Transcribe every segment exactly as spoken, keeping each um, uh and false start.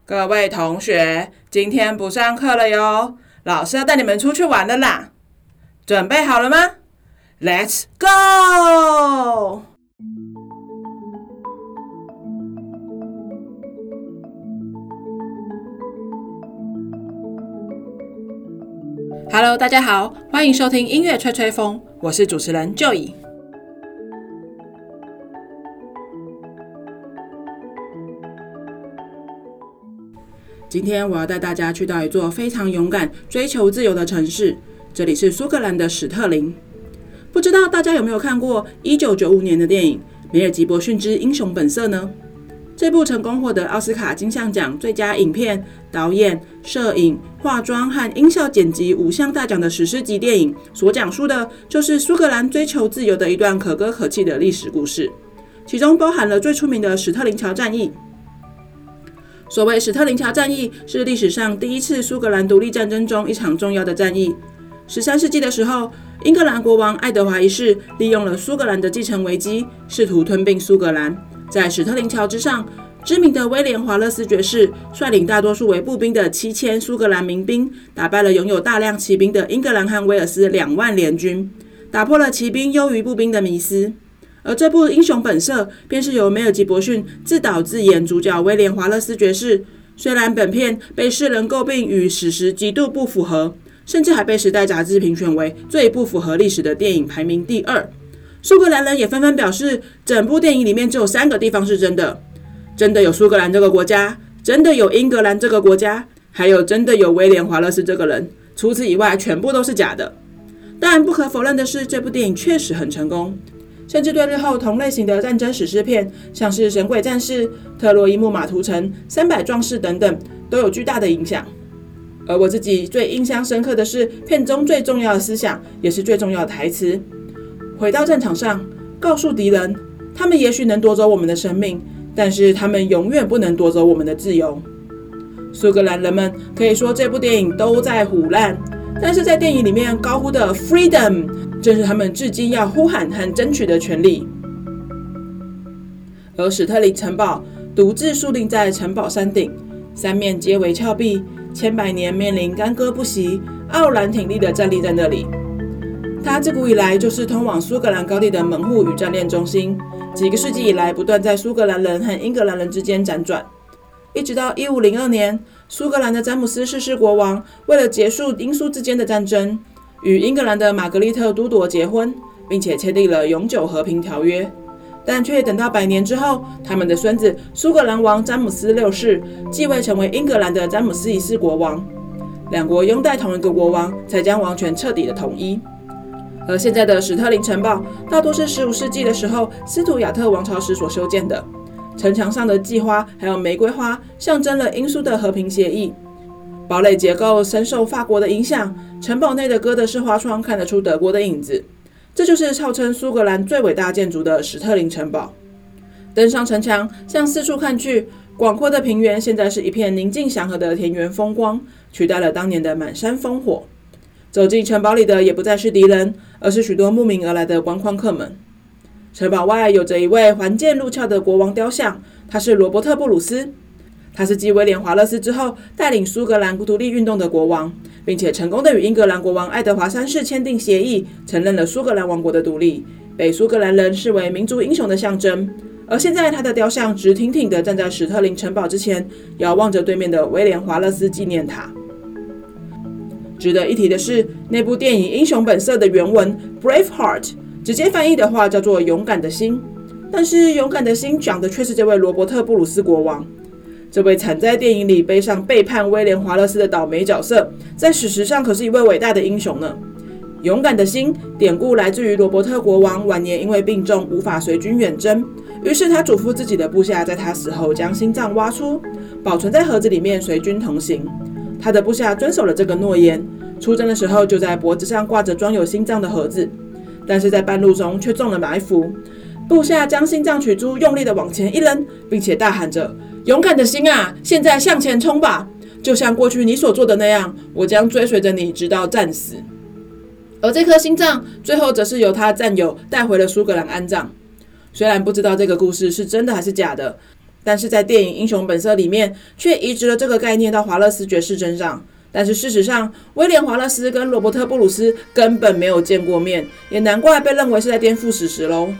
各位同学，今天不上课了哟，老师要带你们出去玩了啦，准备好了吗？ Let's go！ Hello， 大家好，欢迎收听音乐吹吹风，我是主持人 Joey。今天我要带大家去到一座非常勇敢、追求自由的城市，这里是苏格兰的史特林。不知道大家有没有看过一九九五年的电影《梅尔吉伯逊之英雄本色》呢？这部成功获得奥斯卡金像奖最佳影片、导演、摄影、化妆和音效剪辑五项大奖的史诗级电影，所讲述的就是苏格兰追求自由的一段可歌可泣的历史故事，其中包含了最出名的史特林桥战役。所谓史特林桥战役，是历史上第一次苏格兰独立战争中一场重要的战役。十三世纪的时候，英格兰国王爱德华一世利用了苏格兰的继承危机，试图吞并苏格兰。在史特林桥之上，知名的威廉·华勒斯爵士率领大多数为步兵的七千苏格兰民兵，打败了拥有大量骑兵的英格兰和威尔斯两万联军，打破了骑兵优于步兵的迷思。而这部《英雄本色》便是由梅尔吉伯逊自导自演主角威廉·华勒斯爵士。虽然本片被世人诟病与史实极度不符合，甚至还被《时代》杂志评选为最不符合历史的电影，排名第二。苏格兰人也纷纷表示，整部电影里面只有三个地方是真的：真的有苏格兰这个国家，真的有英格兰这个国家，还有真的有威廉·华勒斯这个人。除此以外，全部都是假的。但不可否认的是，这部电影确实很成功。甚至对日后同类型的战争史诗片，像是《神鬼战士》、《特洛伊木马屠城》、《三百壮士》等等，都有巨大的影响。而我自己最印象深刻的是片中最重要的思想，也是最重要的台词：回到战场上，告诉敌人，他们也许能夺走我们的生命，但是他们永远不能夺走我们的自由。苏格兰人们可以说这部电影都在唬烂，但是在电影里面高呼的 Freedom，正是他们至今要呼喊和争取的权利。而史特林城堡独自树立在城堡山顶，三面皆为峭壁，千百年面临干戈不息，傲然挺立地站立在那里。它自古以来就是通往苏格兰高地的门户与战炼中心，几个世纪以来不断在苏格兰人和英格兰人之间辗转，一直到一五零二年，苏格兰的詹姆斯四世国王为了结束英苏之间的战争，与英格兰的玛格丽特都铎结婚，并且签订了永久和平条约。但却等到百年之后，他们的孙子苏格兰王詹姆斯六世继位成为英格兰的詹姆斯一世国王，两国拥戴同一个国王，才将王权彻底的统一。而现在的史特林城堡大多是十五世纪的时候斯图亚特王朝时所修建的，城墙上的蓟花还有玫瑰花象征了英苏的和平协议。堡垒结构深受法国的影响，城堡内的哥德式花窗看得出德国的影子。这就是号称苏格兰最伟大建筑的史特林城堡。登上城墙，向四处看去，广阔的平原现在是一片宁静祥和的田园风光，取代了当年的满山烽火。走进城堡里的也不再是敌人，而是许多慕名而来的观光客们。城堡外有着一位环剑入鞘的国王雕像，他是罗伯特·布鲁斯。他是继威廉·华勒斯之后带领苏格兰独立运动的国王，并且成功的与英格兰国王爱德华三世签订协议，承认了苏格兰王国的独立，被苏格兰人视为民族英雄的象征。而现在他的雕像直挺挺地站在史特林城堡之前，遥望着对面的威廉·华勒斯纪念塔。值得一提的是，那部电影《英雄本色》的原文 Braveheart 直接翻译的话叫做勇敢的心，但是勇敢的心讲的却是这位罗伯特·布鲁斯国王。这位惨在电影里背上背叛威廉·华勒斯的倒霉角色，在史实上可是一位伟大的英雄呢。勇敢的心典故来自于罗伯特国王晚年因为病重无法随军远征，于是他嘱咐自己的部下在他死后将心脏挖出，保存在盒子里面随军同行。他的部下遵守了这个诺言，出征的时候就在脖子上挂着装有心脏的盒子，但是在半路中却中了埋伏。部下将心脏取出，用力的往前一扔，并且大喊着：勇敢的心啊，现在向前冲吧！就像过去你所做的那样，我将追随着你直到战死。而这颗心脏最后则是由他战友带回了苏格兰安葬。虽然不知道这个故事是真的还是假的， 但是在电影《英雄本色》里面却移植了这个概念到华勒斯爵士身上。但是事实上，威廉·华勒斯跟罗伯特·布鲁斯根本没有见过面，也难怪被认为是在颠覆史实咯。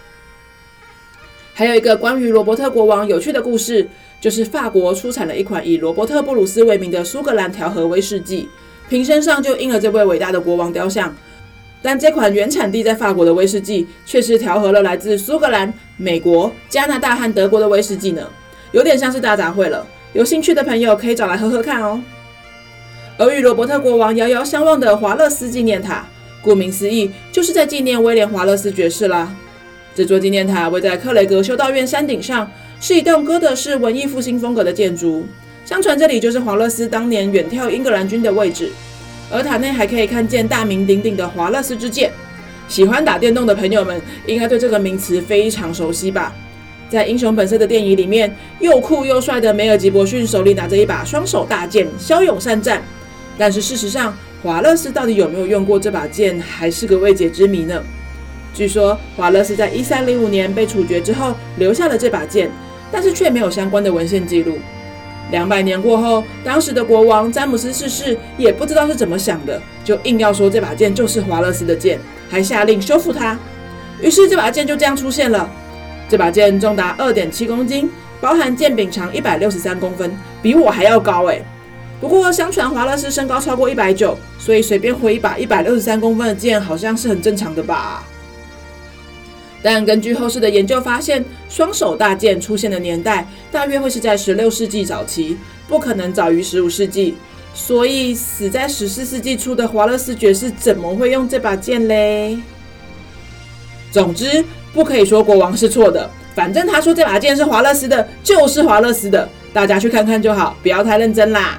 还有一个关于罗伯特国王有趣的故事，就是法国出产了一款以罗伯特·布鲁斯为名的苏格兰调和威士忌，瓶身上就印了这位伟大的国王雕像。但这款原产地在法国的威士忌，却是调和了来自苏格兰、美国、加拿大和德国的威士忌呢，有点像是大杂烩了。有兴趣的朋友可以找来喝喝看哦。而与罗伯特国王遥遥相望的华勒斯纪念塔，顾名思义，就是在纪念威廉·华勒斯爵士啦。这座纪念塔位在克雷格修道院山顶上，是一栋哥德式文艺复兴风格的建筑。相传这里就是华勒斯当年远眺英格兰军的位置，而塔内还可以看见大名鼎鼎的华勒斯之剑。喜欢打电动的朋友们应该对这个名词非常熟悉吧？在《英雄本色》的电影里面，又酷又帅的梅尔吉伯逊手里拿着一把双手大剑，骁勇善战。但是事实上，华勒斯到底有没有用过这把剑，还是个未解之谜呢？据说华勒斯在一三零五年被处决之后留下了这把剑，但是却没有相关的文献记录。两百年过后，当时的国王詹姆斯四世也不知道是怎么想的，就硬要说这把剑就是华勒斯的剑，还下令修复它。于是这把剑就这样出现了。这把剑重达 二点七公斤，包含剑柄长一百六十三公分，比我还要高诶。不过相传华勒斯身高超过一百九十，所以随便挥一把一百六十三公分的剑好像是很正常的吧。但根据后世的研究发现，双手大剑出现的年代大约会是在十六世纪早期，不可能早于十五世纪。所以死在十四世纪初的华勒斯爵士怎么会用这把剑嘞？总之，不可以说国王是错的，反正他说这把剑是华勒斯的，就是华勒斯的，大家去看看就好，不要太认真啦。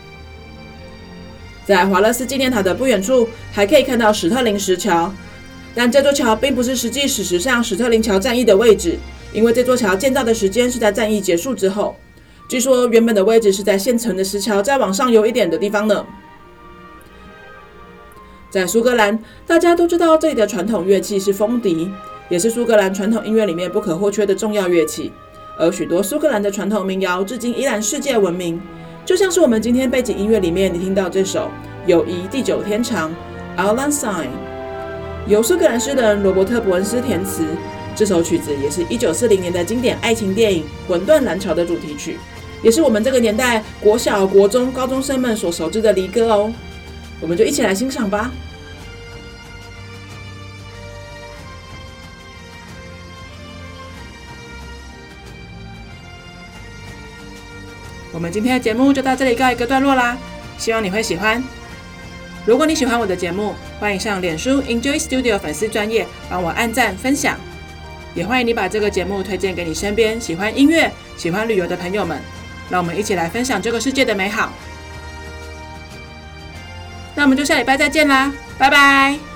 在华勒斯纪念塔的不远处，还可以看到史特林石桥。但这座桥并不是实际史实上史特林桥战役的位置，因为这座桥建造的时间是在战役结束之后。据说原本的位置是在现存的石桥再往上游一点的地方呢。在苏格兰，大家都知道这里的传统乐器是风笛，也是苏格兰传统音乐里面不可或缺的重要乐器。而许多苏格兰的传统民谣至今依然世界闻名，就像是我们今天背景音乐里面你听到这首《友谊地久天长》 Auld Lang Syne，由苏格兰诗人罗伯特·伯恩斯填词，这首曲子也是一九四零年的经典爱情电影《魂断蓝桥》的主题曲，也是我们这个年代国小、国中、高中生们所熟知的离歌哦。我们就一起来欣赏吧。我们今天的节目就到这里告一个段落啦，希望你会喜欢。如果你喜欢我的节目，欢迎上脸书 Enjoy Studio 粉丝专页帮我按赞分享，也欢迎你把这个节目推荐给你身边喜欢音乐、喜欢旅游的朋友们，让我们一起来分享这个世界的美好。那我们就下礼拜再见啦，拜拜。